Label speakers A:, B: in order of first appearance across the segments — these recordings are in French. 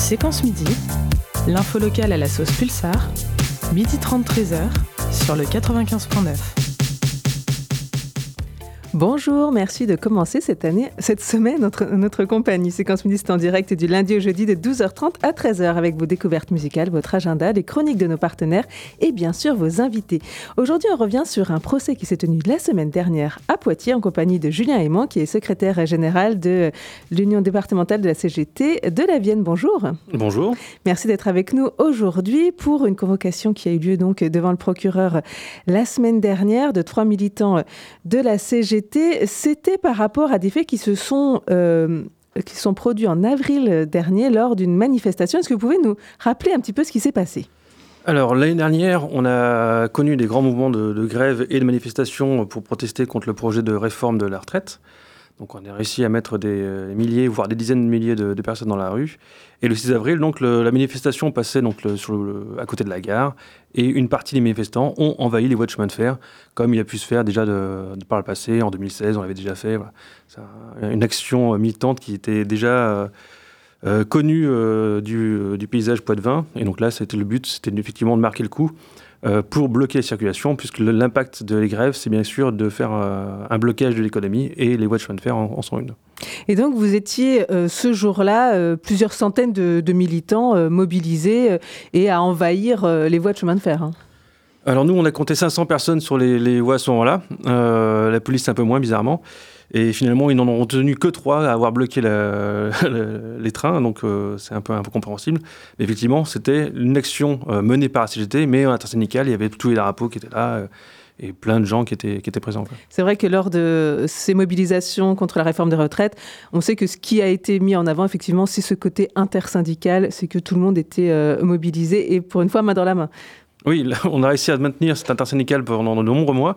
A: Séquence Midi, l'info locale à la sauce Pulsar, 12h30 13h sur le 95.9.
B: Bonjour, merci de commencer cette semaine notre compagnie. Séquence Midi, c'est en direct du lundi au jeudi de 12h30 à 13h avec vos découvertes musicales, votre agenda, les chroniques de nos partenaires et bien sûr vos invités. Aujourd'hui, on revient sur un procès qui s'est tenu la semaine dernière à Poitiers en compagnie de Julien Aymon, qui est secrétaire général de l'Union départementale de la CGT de la Vienne. Bonjour.
C: Bonjour.
B: Merci d'être avec nous aujourd'hui pour une convocation qui a eu lieu donc devant le procureur la semaine dernière de 3 militants de la CGT. C'était par rapport à des faits qui sont produits en avril dernier lors d'une manifestation. Est-ce que vous pouvez nous rappeler un petit peu ce qui s'est passé ?
C: Alors, l'année dernière, on a connu des grands mouvements de grève et de manifestations pour protester contre le projet de réforme de la retraite. Donc, on a réussi à mettre des milliers, voire des dizaines de milliers de personnes dans la rue. Et le 6 avril, donc, la manifestation passait à côté de la gare. Et une partie des manifestants ont envahi les voies de chemin de fer, comme il a pu se faire déjà par le passé. En 2016, on l'avait déjà fait. Voilà. C'est une action militante qui était déjà connue du paysage poitevin. Et donc là, le but, c'était effectivement de marquer le coup pour bloquer la circulation, puisque l'impact des grèves, c'est bien sûr de faire un blocage de l'économie, et les voies de chemin de fer en sont une.
B: Et donc, vous étiez ce jour-là plusieurs centaines de militants mobilisés et à envahir les voies de chemin de fer. Hein.
C: Alors nous, on a compté 500 personnes sur les voies à ce moment-là. La police un peu moins, bizarrement. Et finalement, ils n'en ont retenu que 3 à avoir bloqué les trains, donc c'est un peu incompréhensible. Mais effectivement, c'était une action menée par la CGT, mais en intersyndicale, il y avait tous les drapeaux qui étaient là, et plein de gens qui étaient présents. Quoi.
B: C'est vrai que lors de ces mobilisations contre la réforme des retraites, on sait que ce qui a été mis en avant, effectivement, c'est ce côté intersyndical, c'est que tout le monde était mobilisé, et pour une fois, main dans la main.
C: Oui, là, on a réussi à maintenir cet intersyndical pendant de nombreux mois.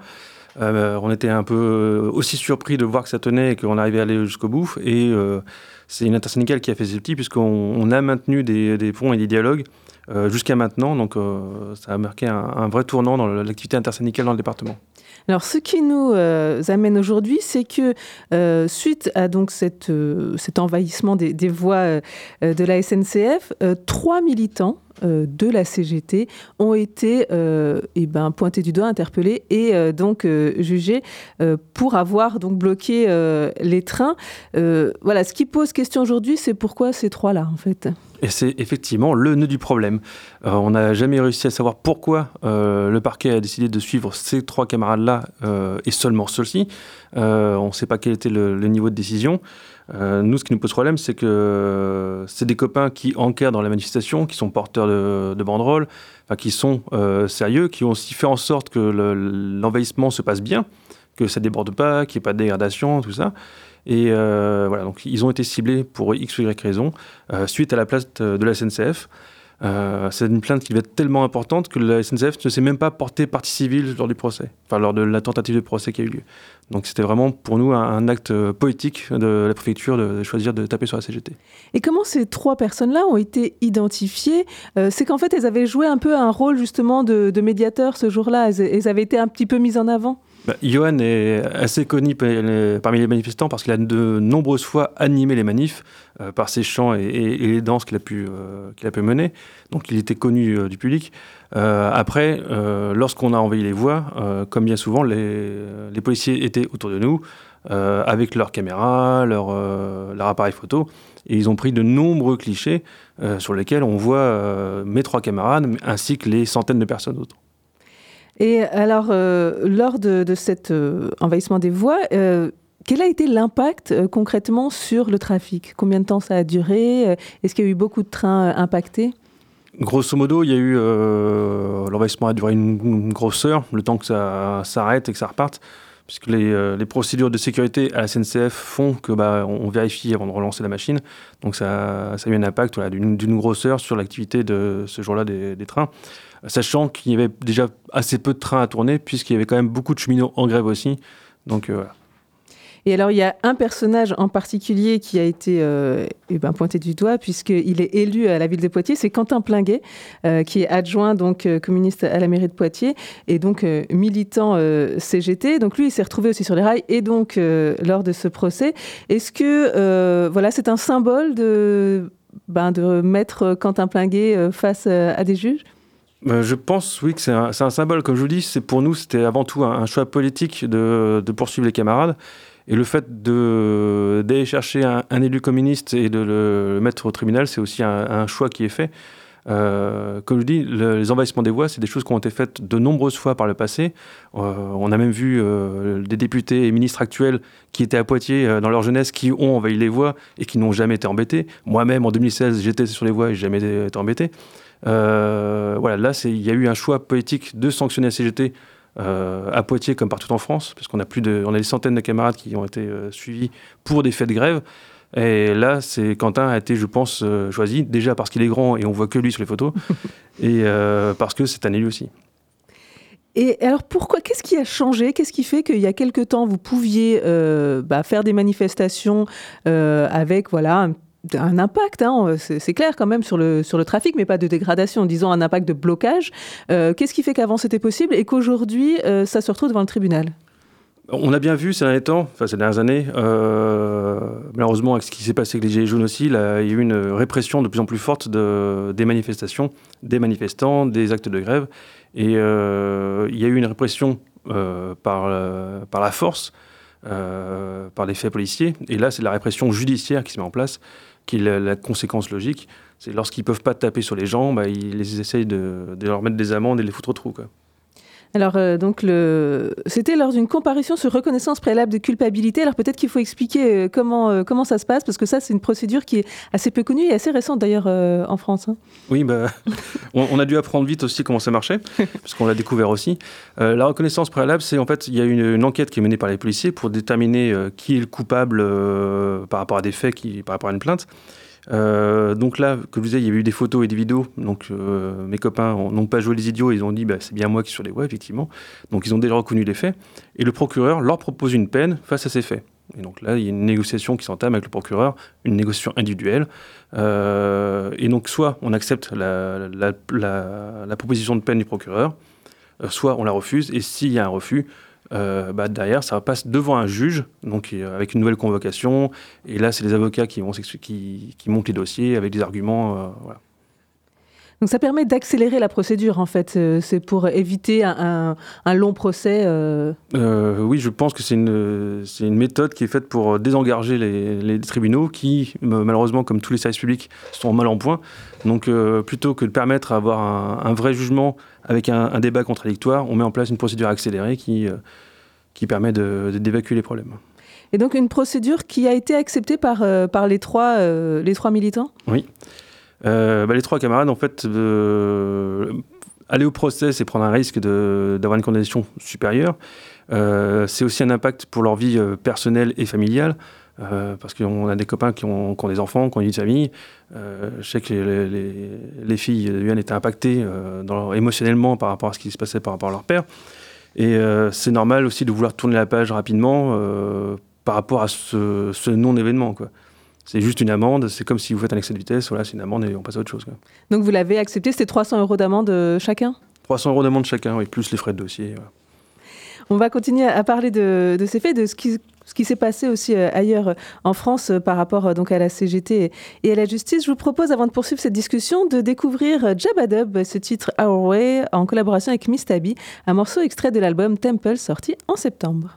C: On était un peu aussi surpris de voir que ça tenait et qu'on arrivait à aller jusqu'au bout. Et c'est une intersyndicale qui a fait ses petits, puisqu'on a maintenu des ponts et des dialogues jusqu'à maintenant. Donc ça a marqué un vrai tournant dans l'activité intersyndicale dans le département.
B: Alors, ce qui nous amène aujourd'hui, c'est que suite à donc cet envahissement des voies de la SNCF, 3 militants de la CGT ont été pointés du doigt, interpellés et donc jugés pour avoir donc bloqué les trains. Voilà, ce qui pose question aujourd'hui, c'est pourquoi ces 3-là, en fait.
C: Et c'est effectivement le nœud du problème. On n'a jamais réussi à savoir pourquoi le parquet a décidé de suivre ces 3 camarades-là et seulement ceux-ci. On ne sait pas quel était le niveau de décision. Nous, ce qui nous pose problème, c'est que c'est des copains qui encadrent la manifestation, qui sont porteurs de banderoles, qui sont sérieux, qui ont aussi fait en sorte que l'envahissement se passe bien, que ça ne déborde pas, qu'il n'y ait pas de dégradation, tout ça. Et voilà, donc ils ont été ciblés pour X ou Y raison, suite à la plainte de la SNCF. C'est une plainte qui va être tellement importante que la SNCF ne s'est même pas portée partie civile lors du procès, lors de la tentative de procès qui a eu lieu. Donc c'était vraiment pour nous un acte poétique de la préfecture de choisir de taper sur la CGT. Et
B: comment ces 3 personnes-là ont été identifiées ? C'est qu'en fait, elles avaient joué un peu un rôle justement de médiateur ce jour-là. Elles avaient été un petit peu mises en avant.
C: Johan est assez connu parmi les manifestants parce qu'il a de nombreuses fois animé les manifs par ses chants et les danses qu'il a pu mener. Donc il était connu du public. Après, lorsqu'on a envahi les voies, comme bien souvent, les policiers étaient autour de nous avec leurs caméras, leur appareil photo. Et ils ont pris de nombreux clichés sur lesquels on voit mes 3 camarades ainsi que les centaines de personnes d'autres.
B: Et alors, lors de cet envahissement des voies, quel a été l'impact concrètement sur le trafic ? Combien de temps ça a duré ? Est-ce qu'il y a eu beaucoup de trains impactés ?
C: Grosso modo, il y a eu l'envahissement a duré une grosse heure, le temps que ça s'arrête et que ça reparte, puisque les procédures de sécurité à la SNCF font que on vérifie avant de relancer la machine. Donc ça a eu un impact d'une grosse heure sur l'activité de ce jour-là des trains. Sachant qu'il y avait déjà assez peu de trains à tourner, puisqu'il y avait quand même beaucoup de cheminots en grève aussi. Donc voilà.
B: Et alors, il y a un personnage en particulier qui a été pointé du doigt, puisqu'il est élu à la ville de Poitiers, c'est Quentin Plinguet, qui est adjoint donc, communiste à la mairie de Poitiers, et donc militant CGT. Donc lui, il s'est retrouvé aussi sur les rails, et donc lors de ce procès. Est-ce que c'est un symbole de de mettre Quentin Plinguet face à des juges ?
C: Je pense, oui, que c'est un symbole. Comme je vous dis, pour nous, c'était avant tout un choix politique de poursuivre les camarades. Et le fait d'aller chercher un élu communiste et de le mettre au tribunal, c'est aussi un choix qui est fait. Comme je dis, les envahissements des voies, c'est des choses qui ont été faites de nombreuses fois par le passé. On a même vu des députés et ministres actuels qui étaient à Poitiers dans leur jeunesse, qui ont envahi les voies et qui n'ont jamais été embêtés. Moi-même, en 2016, j'étais sur les voies et j'ai jamais été embêté. Voilà, là, il y a eu un choix politique de sanctionner la CGT à Poitiers comme partout en France, parce qu'on a des centaines de camarades qui ont été suivis pour des faits de grève. Et là, Quentin a été, je pense, choisi, déjà parce qu'il est grand et on voit que lui sur les photos, et parce que c'est un élu aussi.
B: Et alors pourquoi ? Qu'est-ce qui a changé ? Qu'est-ce qui fait qu'il y a quelque temps, vous pouviez faire des manifestations avec un impact, c'est clair quand même sur le trafic, mais pas de dégradation, disons un impact de blocage. Qu'est-ce qui fait qu'avant c'était possible et qu'aujourd'hui ça se retrouve devant le tribunal ?
C: On a bien vu ces dernières années, malheureusement avec ce qui s'est passé avec les Gilets jaunes aussi, il y a eu une répression de plus en plus forte des manifestations, des manifestants, des actes de grève. Et il y a eu une répression par la force, par des faits policiers. Et là, c'est la répression judiciaire qui se met en place, qui est la conséquence logique. C'est lorsqu'ils ne peuvent pas taper sur les gens, ils essayent de leur mettre des amendes et de les foutre au trou, quoi.
B: Alors, c'était lors d'une comparution sur reconnaissance préalable de culpabilité. Alors, peut-être qu'il faut expliquer comment ça se passe, parce que ça, c'est une procédure qui est assez peu connue et assez récente, d'ailleurs, en France.
C: Oui, on a dû apprendre vite aussi comment ça marchait, parce qu'on l'a découvert aussi. La reconnaissance préalable, c'est en fait, il y a une enquête qui est menée par les policiers pour déterminer qui est le coupable par rapport à des faits, par rapport à une plainte. Donc là, comme je vous disais, il y a eu des photos et des vidéos. Donc mes copains n'ont pas joué les idiots. Ils ont dit c'est bien moi qui suis sur les voies, effectivement. Donc ils ont déjà reconnu les faits. Et le procureur leur propose une peine face à ces faits. Et donc là, il y a une négociation qui s'entame avec le procureur, une négociation individuelle. Et donc soit on accepte la proposition de peine du procureur, soit on la refuse. Et s'il y a un refus, derrière, ça passe devant un juge, donc avec une nouvelle convocation. Et là, c'est les avocats qui montent les dossiers avec des arguments. Voilà.
B: Donc ça permet d'accélérer la procédure, en fait. C'est pour éviter un long procès.
C: Oui, je pense que c'est une méthode qui est faite pour désengorger les tribunaux qui, malheureusement, comme tous les services publics, sont mal en point. Donc plutôt que de permettre d'avoir un vrai jugement avec un débat contradictoire, on met en place une procédure accélérée qui permet d'évacuer les problèmes.
B: Et donc une procédure qui a été acceptée par les trois militants ?
C: Oui. Les trois camarades, en fait, aller au procès, c'est prendre un risque d'avoir une condamnation supérieure. C'est aussi un impact pour leur vie personnelle et familiale, parce qu'on a des copains qui ont des enfants, qui ont une vie de famille. Je sais que les filles de Yuan étaient impactées émotionnellement par rapport à ce qui se passait par rapport à leur père. Et c'est normal aussi de vouloir tourner la page rapidement par rapport à ce non-événement, quoi. C'est juste une amende, c'est comme si vous faites un excès de vitesse, voilà, c'est une amende et on passe à autre chose, quoi.
B: Donc vous l'avez accepté, c'était 300 € d'amende chacun ?
C: 300 € d'amende chacun, oui, plus les frais de dossier. Voilà.
B: On va continuer à parler de ces faits, de ce qui s'est passé aussi ailleurs en France par rapport donc à la CGT et à la justice. Je vous propose, avant de poursuivre cette discussion, de découvrir Jabadub, ce titre Our Way, en collaboration avec Miss Tabby, un morceau extrait de l'album Temple, sorti en septembre.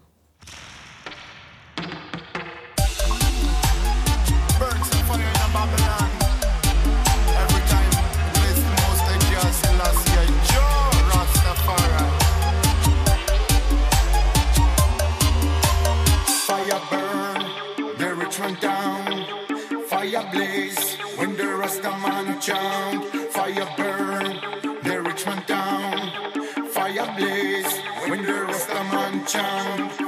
D: Fire blaze when the Rastaman chant. Fire burn, the rich man down. Fire blaze when the Rastaman chant.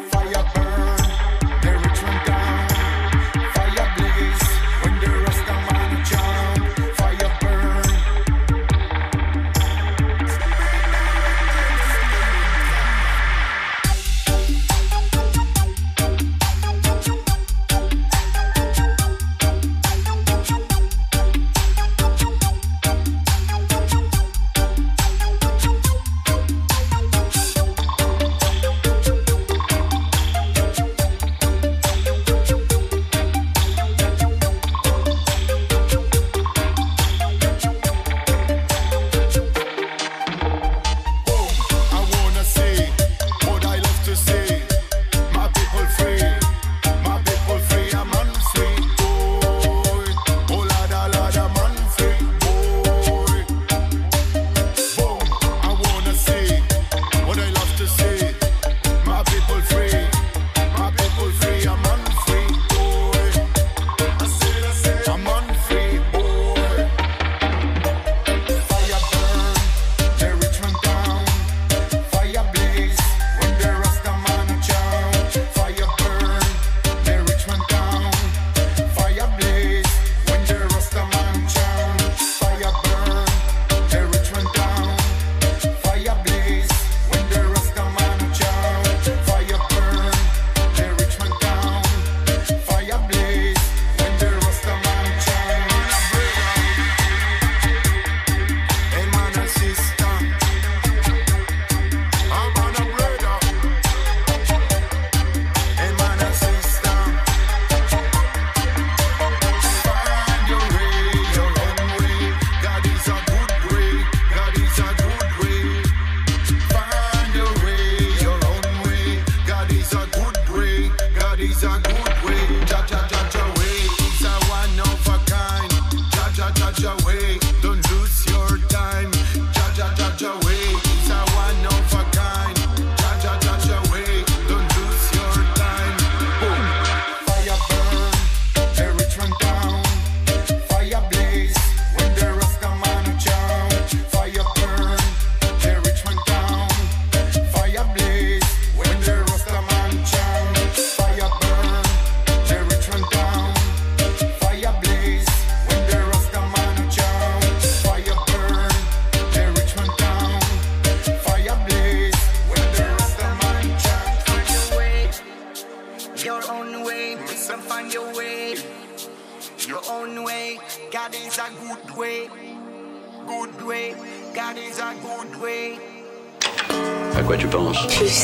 D: is a good way. Jaja way is a one of a kind. Jaja way, don't lose your time. Jaja way is a one of a kind. Jaja way, don't lose your time. Boom. Fire burn, the rich run down. Fire blaze when the Rasta man chant. Fire burn, the rich run down. Fire blaze when the Rasta man chant. Fire burn, the rich run down. Fire blaze when the Rasta man chant. Fire burn, the rich run down. Fire blaze when the Rasta man chant.
E: Find your way, your own way. Listen, find your way, your own way. God is a good way, good way. God is a good way.
F: À quoi tu penses?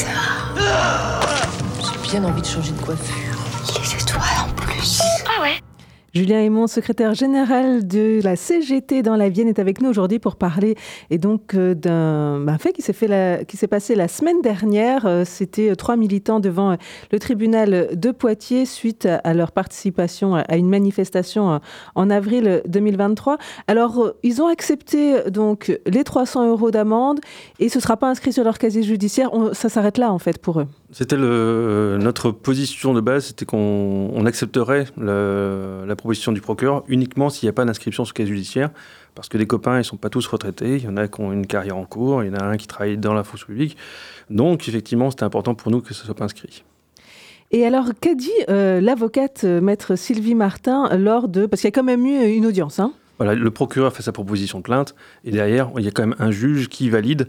G: J'ai bien envie de changer de coiffure.
H: Les étoiles en plus. Ah ouais.
B: Julien Aymon, secrétaire général de la CGT dans la Vienne, est avec nous aujourd'hui pour parler et donc d'un fait qui s'est passé la semaine dernière. C'était 3 militants devant le tribunal de Poitiers suite à leur participation à une manifestation en avril 2023. Alors, ils ont accepté donc les 300 € d'amende et ce ne sera pas inscrit sur leur casier judiciaire. Ça s'arrête là en fait pour eux.
C: C'était notre position de base, c'était qu'on accepterait la proposition du procureur uniquement s'il n'y a pas d'inscription sur le casier judiciaire, parce que des copains, ils ne sont pas tous retraités, il y en a qui ont une carrière en cours, il y en a un qui travaille dans la fonction publique, donc effectivement, c'était important pour nous que ce ne soit pas inscrit.
B: Et alors, qu'a dit l'avocate maître Sylvie Martin parce qu'il y a quand même eu une audience, hein ?
C: Voilà, le procureur fait sa proposition de plainte, et derrière, il y a quand même un juge qui valide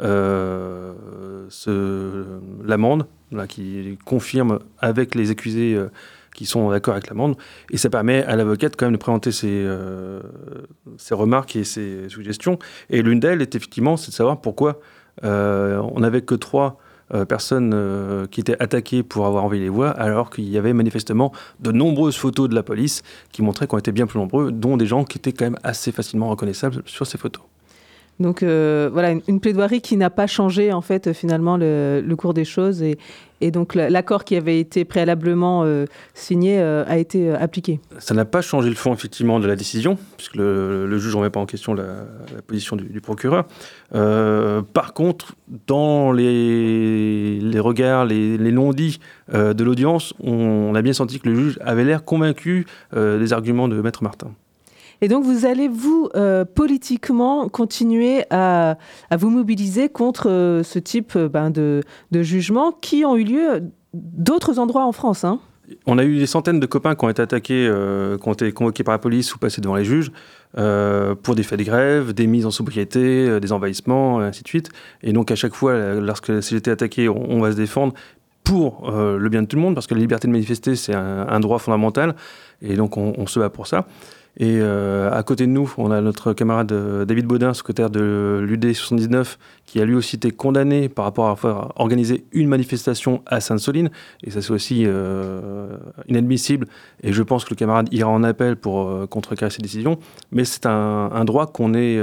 C: l'amende, qui confirme avec les accusés qui sont d'accord avec l'amende, et ça permet à l'avocate quand même de présenter ses remarques et ses suggestions. Et l'une d'elles est effectivement, c'est de savoir pourquoi on n'avait que 3 personnes qui étaient attaquées pour avoir envoyé les voix, alors qu'il y avait manifestement de nombreuses photos de la police qui montraient qu'on était bien plus nombreux, dont des gens qui étaient quand même assez facilement reconnaissables sur ces photos.
B: Donc voilà, une plaidoirie qui n'a pas changé en fait finalement le cours des choses et donc l'accord qui avait été préalablement signé a été appliqué.
C: Ça n'a pas changé le fond effectivement de la décision, puisque le juge ne remet pas en question la position du procureur. Par contre, dans les regards, les non-dits de l'audience, on a bien senti que le juge avait l'air convaincu des arguments de Maître Martin.
B: Et donc, vous allez, vous, politiquement, continuer à vous mobiliser contre ce type de jugements qui ont eu lieu d'autres endroits en France, hein.
C: On a eu des centaines de copains qui ont été attaqués, qui ont été convoqués par la police ou passés devant les juges pour des faits de grève, des mises en sobriété, des envahissements, et ainsi de suite. Et donc, à chaque fois, lorsque la CGT est attaquée, on va se défendre pour le bien de tout le monde, parce que la liberté de manifester, c'est un droit fondamental. Et donc, on se bat pour ça. Et à côté de nous, on a notre camarade David Baudin, secrétaire de l'UD 79, qui a lui aussi été condamné par rapport à avoir organisé une manifestation à Sainte-Soline. Et ça, c'est aussi inadmissible. Et je pense que le camarade ira en appel pour contrecarrer ces décisions. Mais c'est un droit on est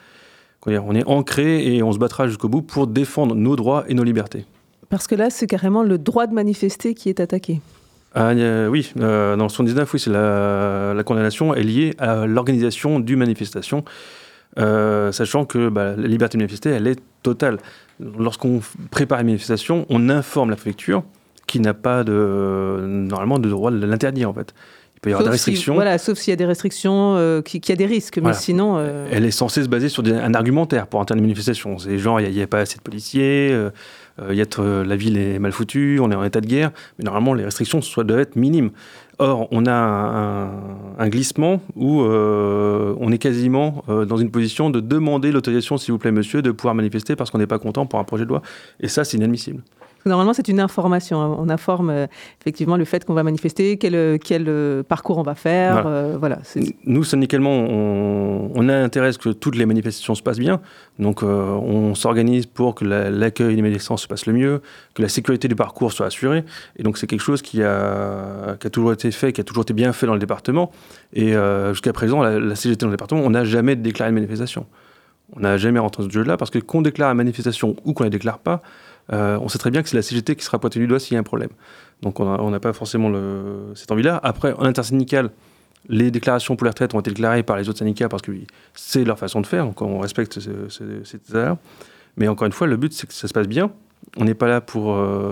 C: ancré et on se battra jusqu'au bout pour défendre nos droits et nos libertés.
B: Parce que là, c'est carrément le droit de manifester qui est attaqué.
C: Oui, dans le 79, oui, c'est la condamnation est liée à l'organisation d'une manifestation, sachant que la liberté de manifester, elle est totale. Lorsqu'on prépare une manifestation, on informe la préfecture qui n'a pas normalement de droit de l'interdire, en fait. Il peut y avoir des restrictions.
B: Sauf s'il y a des restrictions, qu'il y a des risques, mais sinon...
C: Elle est censée se baser sur un argumentaire pour interdire une manifestation. C'est genre, il n'y a pas assez de policiers... la ville est mal foutue, on est en état de guerre, mais normalement les restrictions doivent être minimes. Or, on a un glissement où on est quasiment dans une position de demander l'autorisation, s'il vous plaît monsieur, de pouvoir manifester parce qu'on n'est pas content pour un projet de loi. Et ça, c'est inadmissible.
B: Normalement, c'est une information. On informe effectivement le fait qu'on va manifester, quel parcours on va faire. Voilà.
C: Nous, syndicalement, on a intérêt à ce que toutes les manifestations se passent bien. Donc, on s'organise pour que l'accueil des manifestants se passe le mieux, que la sécurité du parcours soit assurée. Et donc, c'est quelque chose qui a toujours été fait, qui a toujours été bien fait dans le département. Et jusqu'à présent, la CGT dans le département, on n'a jamais déclaré une manifestation. On n'a jamais rentré dans ce jeu-là parce que qu'on déclare une manifestation ou qu'on ne la déclare pas, on sait très bien que c'est la CGT qui sera pointée du doigt s'il y a un problème. Donc on n'a pas forcément cette envie-là. Après, en intersyndical, les déclarations pour les retraites ont été déclarées par les autres syndicats parce que c'est leur façon de faire, donc on respecte ces états-là. Mais encore une fois, le but, c'est que ça se passe bien. On n'est pas là pour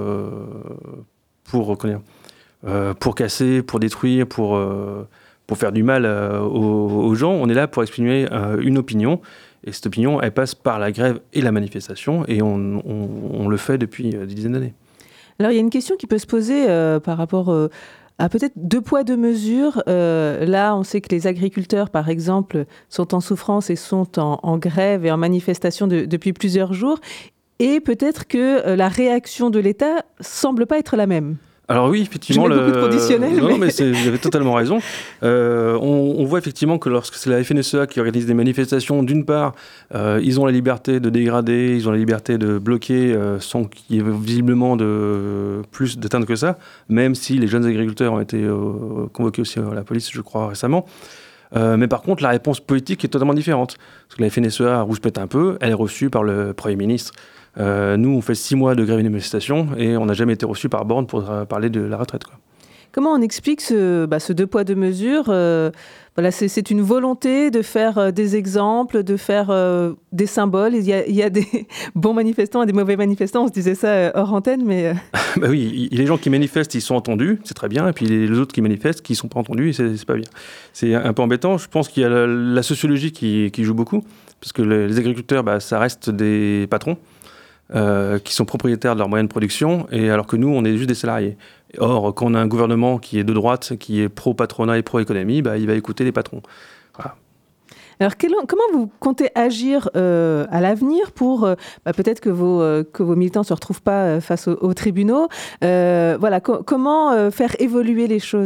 C: casser, pour détruire, pour faire du mal aux gens. On est là pour exprimer une opinion. Et cette opinion, elle passe par la grève et la manifestation. Et on le fait depuis des dizaines d'années.
B: Alors, il y a une question qui peut se poser par rapport à peut-être 2 poids, 2 mesures. Là, on sait que les agriculteurs, par exemple, sont en souffrance et sont en grève et en manifestation depuis plusieurs jours. Et peut-être que la réaction de l'État semble pas être la même.
C: Alors oui, effectivement...
B: Je mets beaucoup de conditionnels.
C: Non, mais vous avez totalement raison. On voit effectivement que lorsque c'est la FNSEA qui organise des manifestations, d'une part, ils ont la liberté de dégrader, ils ont la liberté de bloquer sans qu'il y ait visiblement plus d'atteinte que ça, même si les jeunes agriculteurs ont été convoqués aussi à la police, je crois, récemment. Mais par contre, la réponse politique est totalement différente. Parce que la FNSEA rouspète un peu, elle est reçue par le Premier ministre. Nous, on fait 6 mois de grève et de manifestation et on n'a jamais été reçus par Borne pour parler de la retraite, quoi.
B: Comment on explique ce 2 poids, 2 mesures voilà, c'est une volonté de faire des exemples, de faire des symboles. Il y a des bons manifestants et des mauvais manifestants. On se disait ça hors antenne, mais...
C: Bah oui, les gens qui manifestent, ils sont entendus, c'est très bien. Et puis les autres qui manifestent, qui ne sont pas entendus, c'est pas bien. C'est un peu embêtant. Je pense qu'il y a la sociologie qui joue beaucoup. Parce que les agriculteurs, ça reste des patrons. Qui sont propriétaires de leurs moyens de production, et alors que nous, on est juste des salariés. Or, quand on a un gouvernement qui est de droite, qui est pro-patronat et pro-économie, il va écouter les patrons. Voilà.
B: Alors, comment vous comptez agir à l'avenir pour peut-être que vos militants ne se retrouvent pas face aux tribunaux voilà, comment faire évoluer les choses ?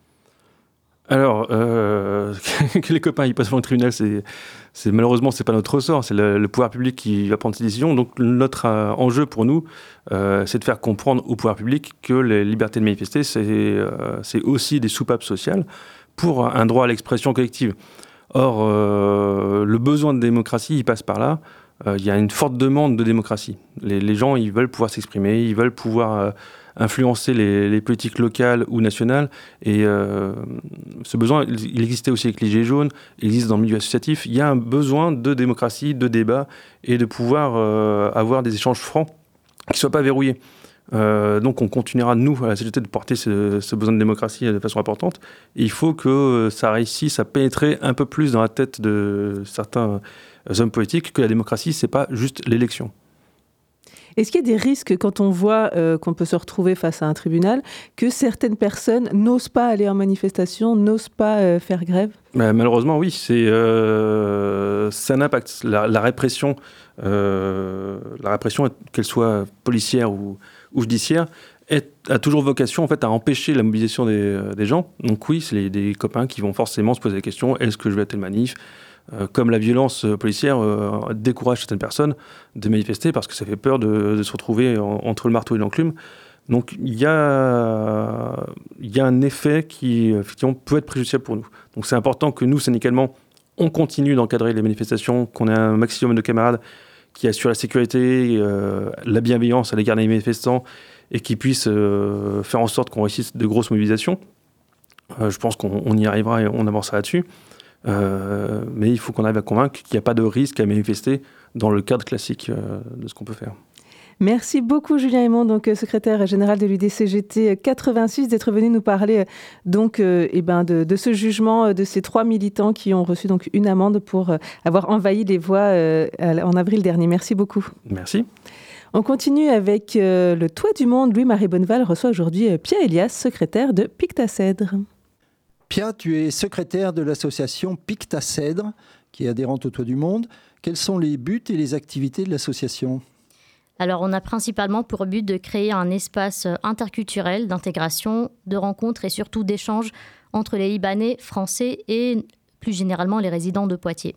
C: Alors, que les copains ils passent devant le tribunal, malheureusement, c'est pas notre ressort, c'est le pouvoir public qui va prendre ces décisions. Donc notre enjeu pour nous, c'est de faire comprendre au pouvoir public que les libertés de manifester, c'est aussi des soupapes sociales pour un droit à l'expression collective. Or, le besoin de démocratie, il passe par là. Il y a une forte demande de démocratie. Les gens, ils veulent pouvoir s'exprimer, ils veulent pouvoir influencer les politiques locales ou nationales. Et ce besoin, il existait aussi avec les Gilets jaunes, il existe dans le milieu associatif. Il y a un besoin de démocratie, de débat et de pouvoir avoir des échanges francs qui ne soient pas verrouillés. Donc on continuera, nous, à la CGT, de porter ce besoin de démocratie de façon importante. Et il faut que ça réussisse à pénétrer un peu plus dans la tête de certains hommes politiques que la démocratie, ce n'est pas juste l'élection.
B: Est-ce qu'il y a des risques quand on voit qu'on peut se retrouver face à un tribunal, que certaines personnes n'osent pas aller en manifestation, n'osent pas faire grève ?
C: Malheureusement, oui. C'est un impact. La répression, qu'elle soit policière ou judiciaire, a toujours vocation en fait, à empêcher la mobilisation des gens. Donc oui, c'est des copains qui vont forcément se poser la question, est-ce que je vais à telle manif ? Comme la violence policière décourage certaines personnes de manifester parce que ça fait peur de se retrouver entre le marteau et l'enclume. Donc il y a un effet qui effectivement peut être préjudiciable pour nous. Donc c'est important que nous, syndicalement, on continue d'encadrer les manifestations, qu'on ait un maximum de camarades qui assurent la sécurité, la bienveillance à l'égard des manifestants et qui puissent faire en sorte qu'on réussisse de grosses mobilisations. Je pense qu'on y arrivera et on avancera là-dessus. Mais il faut qu'on arrive à convaincre qu'il n'y a pas de risque à manifester dans le cadre classique de ce qu'on peut faire.
B: Merci beaucoup Julien Aymon, donc secrétaire général de l'UDCGT 86, d'être venu nous parler donc de ce jugement de ces 3 militants qui ont reçu donc une amende pour avoir envahi les voies en avril dernier. Merci beaucoup.
C: Merci.
B: On continue avec le Toit du Monde. Louis-Marie Bonneval reçoit aujourd'hui Pia Elias, secrétaire de Pictacèdre.
I: Pia, tu es secrétaire de l'association Pictacèdre, qui est adhérente au Toit du Monde. Quels sont les buts et les activités de l'association ?
J: Alors, on a principalement pour but de créer un espace interculturel, d'intégration, de rencontres et surtout d'échanges entre les Libanais, Français et plus généralement les résidents de Poitiers.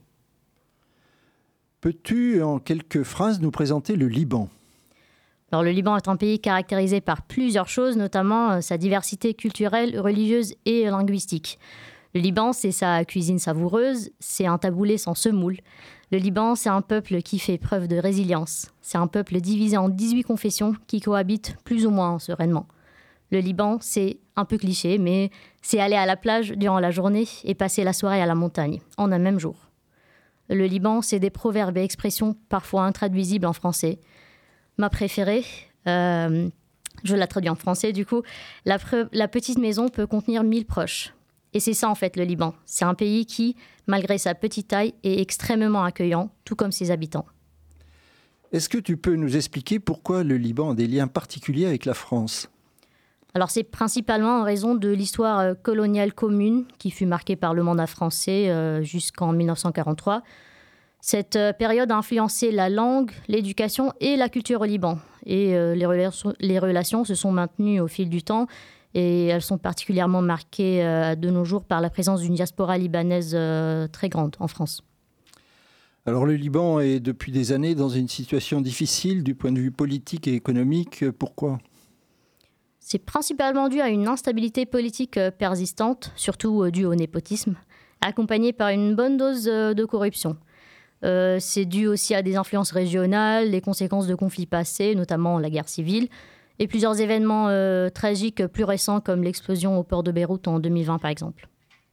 I: Peux-tu, en quelques phrases, nous présenter le Liban ?
J: Alors, le Liban est un pays caractérisé par plusieurs choses, notamment sa diversité culturelle, religieuse et linguistique. Le Liban, c'est sa cuisine savoureuse, c'est un taboulé sans semoule. Le Liban, c'est un peuple qui fait preuve de résilience. C'est un peuple divisé en 18 confessions qui cohabitent plus ou moins sereinement. Le Liban, c'est un peu cliché, mais c'est aller à la plage durant la journée et passer la soirée à la montagne, en un même jour. Le Liban, c'est des proverbes et expressions parfois intraduisibles en français. Ma préférée, je la traduis en français du coup, la petite maison peut contenir 1000 proches. Et c'est ça en fait le Liban. C'est un pays qui, malgré sa petite taille, est extrêmement accueillant, tout comme ses habitants.
I: Est-ce que tu peux nous expliquer pourquoi le Liban a des liens particuliers avec la France ?
J: Alors c'est principalement en raison de l'histoire coloniale commune qui fut marquée par le mandat français jusqu'en 1943. Cette période a influencé la langue, l'éducation et la culture au Liban. Et les relations se sont maintenues au fil du temps et elles sont particulièrement marquées de nos jours par la présence d'une diaspora libanaise très grande en France.
I: Alors le Liban est depuis des années dans une situation difficile du point de vue politique et économique. Pourquoi ?
J: C'est principalement dû à une instabilité politique persistante, surtout due au népotisme, accompagnée par une bonne dose de corruption. C'est dû aussi à des influences régionales, les conséquences de conflits passés, notamment la guerre civile, et plusieurs événements tragiques plus récents comme l'explosion au port de Beyrouth en 2020 par exemple.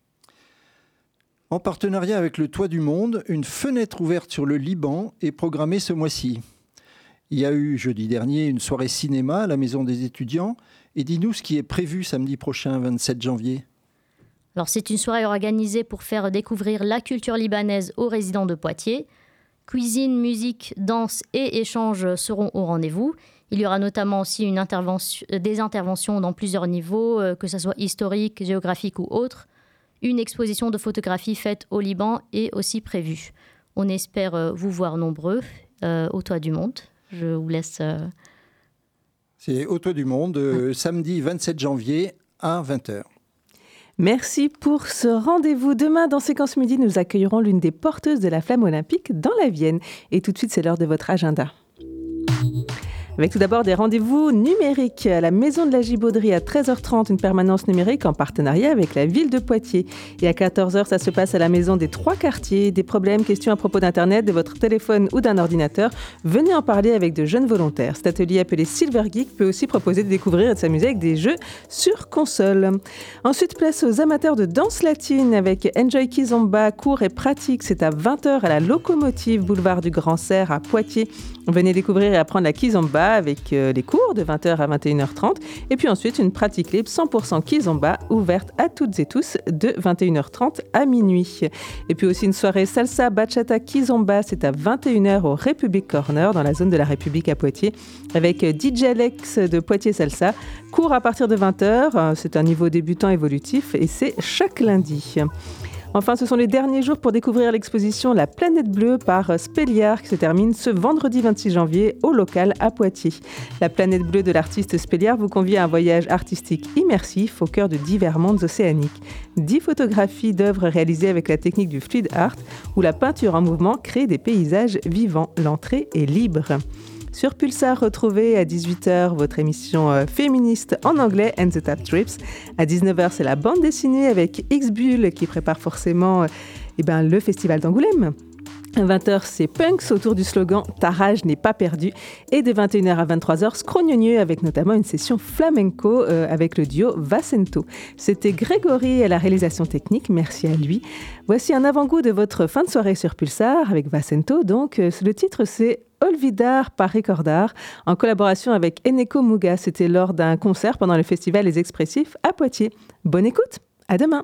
I: En partenariat avec le Toit du Monde, une fenêtre ouverte sur le Liban est programmée ce mois-ci. Il y a eu jeudi dernier une soirée cinéma à la Maison des étudiants. Et dis-nous ce qui est prévu samedi prochain, 27 janvier.
J: Alors, c'est une soirée organisée pour faire découvrir la culture libanaise aux résidents de Poitiers. Cuisine, musique, danse et échanges seront au rendez-vous. Il y aura notamment aussi des interventions dans plusieurs niveaux, que ce soit historique, géographique ou autre. Une exposition de photographie faite au Liban est aussi prévue. On espère vous voir nombreux au Toit du Monde. Je vous laisse...
I: C'est au Toit du Monde, samedi 27 janvier à 20h.
B: Merci pour ce rendez-vous. Demain, dans Séquence Midi, nous accueillerons l'une des porteuses de la flamme olympique dans la Vienne. Et tout de suite, c'est l'heure de votre agenda. Avec tout d'abord des rendez-vous numériques à la Maison de la Gibauderie à 13h30, une permanence numérique en partenariat avec la ville de Poitiers. Et à 14h, ça se passe à la Maison des Trois Quartiers. Des problèmes, questions à propos d'Internet, de votre téléphone ou d'un ordinateur, venez en parler avec de jeunes volontaires. Cet atelier appelé Silver Geek peut aussi proposer de découvrir et de s'amuser avec des jeux sur console. Ensuite, place aux amateurs de danse latine avec Enjoy Kizomba, cours et pratique. C'est à 20h à la Locomotive, boulevard du Grand Serre à Poitiers. Venez découvrir et apprendre la Kizomba avec les cours de 20h à 21h30 et puis ensuite une pratique libre 100% Kizomba ouverte à toutes et tous de 21h30 à minuit. Et puis aussi une soirée salsa bachata Kizomba, c'est à 21h au République Corner dans la zone de la République à Poitiers avec DJ Alex de Poitiers Salsa. Cours à partir de 20h, c'est un niveau débutant évolutif et c'est chaque lundi. Enfin, ce sont les derniers jours pour découvrir l'exposition La Planète Bleue par Spéliard qui se termine ce vendredi 26 janvier au local à Poitiers. La Planète Bleue de l'artiste Spéliard vous convie à un voyage artistique immersif au cœur de divers mondes océaniques. 10 photographies d'œuvres réalisées avec la technique du fluid art où la peinture en mouvement crée des paysages vivants. L'entrée est libre. Sur Pulsar, retrouvez à 18h votre émission féministe en anglais and the Tap Trips. À 19h, c'est la bande dessinée avec X-Bull qui prépare forcément le festival d'Angoulême. À 20h, c'est Punks autour du slogan « Ta rage n'est pas perdue ». Et de 21h à 23h, Scrognonieux avec notamment une session flamenco avec le duo Vassento. C'était Grégory à la réalisation technique, merci à lui. Voici un avant-goût de votre fin de soirée sur Pulsar avec Vassento. Donc, le titre, c'est Olvidar par Recordar, en collaboration avec Eneko Muga. C'était lors d'un concert pendant le festival Les Expressifs à Poitiers. Bonne écoute, à demain.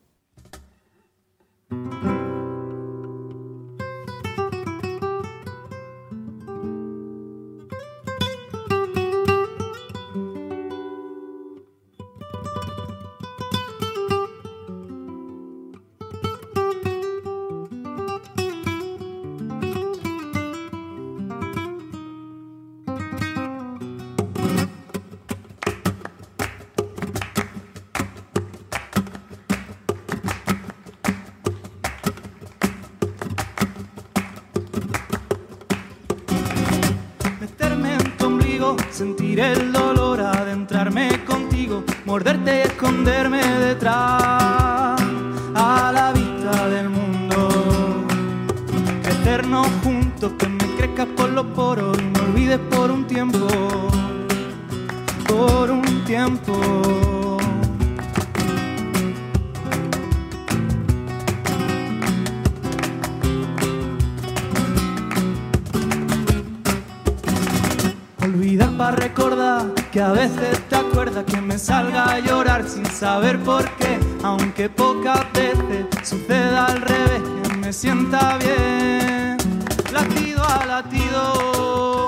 K: Sentir el dolor, adentrarme contigo, morderte y esconderme detrás quedarnos juntos, que me crezcas por los poros y me olvides por un tiempo, por un tiempo. Olvidar para recordar, que a veces te acuerdas, que me salga a llorar sin saber por qué, aunque pocas veces suceda al revés, que me sienta bien, latido a latido.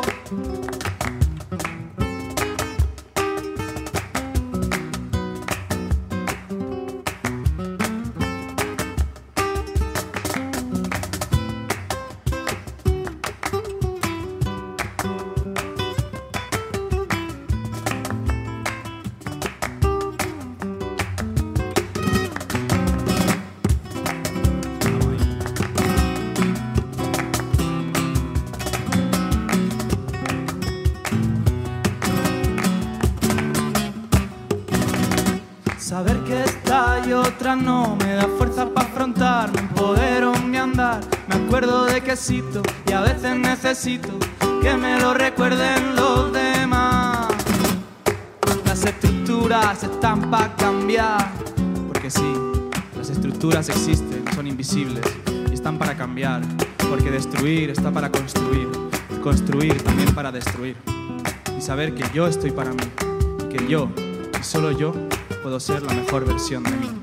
K: Saber que esta y otra no me da fuerza para afrontar, me empodero en mi andar, me acuerdo de que existo y a veces necesito que me lo recuerden los demás. Las estructuras están para cambiar, porque sí, las estructuras existen, son invisibles y están para cambiar, porque destruir está para construir, y construir también para destruir. Y saber que yo estoy para mí, y que yo, y solo yo, puedo ser la mejor versión de mí.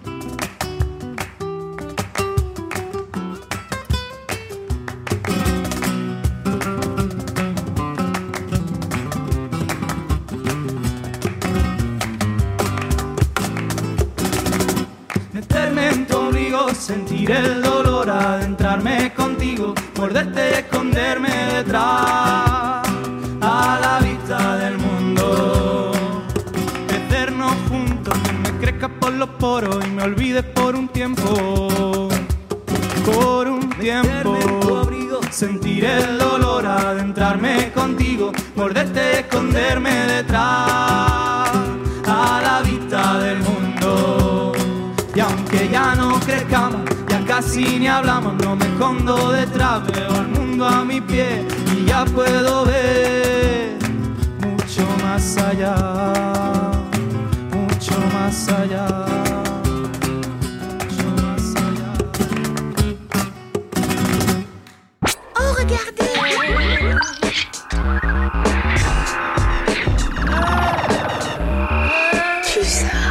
K: Meterme en tu ombligo, sentir el dolor, adentrarme contigo, morderte y esconderme detrás, a la vista del mundo. Meternos juntos, que me crezca por los poros y me olvides por un tiempo, por un tiempo. Sentir el dolor, adentrarme contigo, morderte y esconderme detrás, a la vista del mundo. Y aunque ya no crezcamos, ya casi ni hablamos, no me escondo detrás, veo el mundo a mi pie y ya puedo ver mucho más allá, mucho más allá, mucho más allá.
H: Oh, regardez! Pulsar.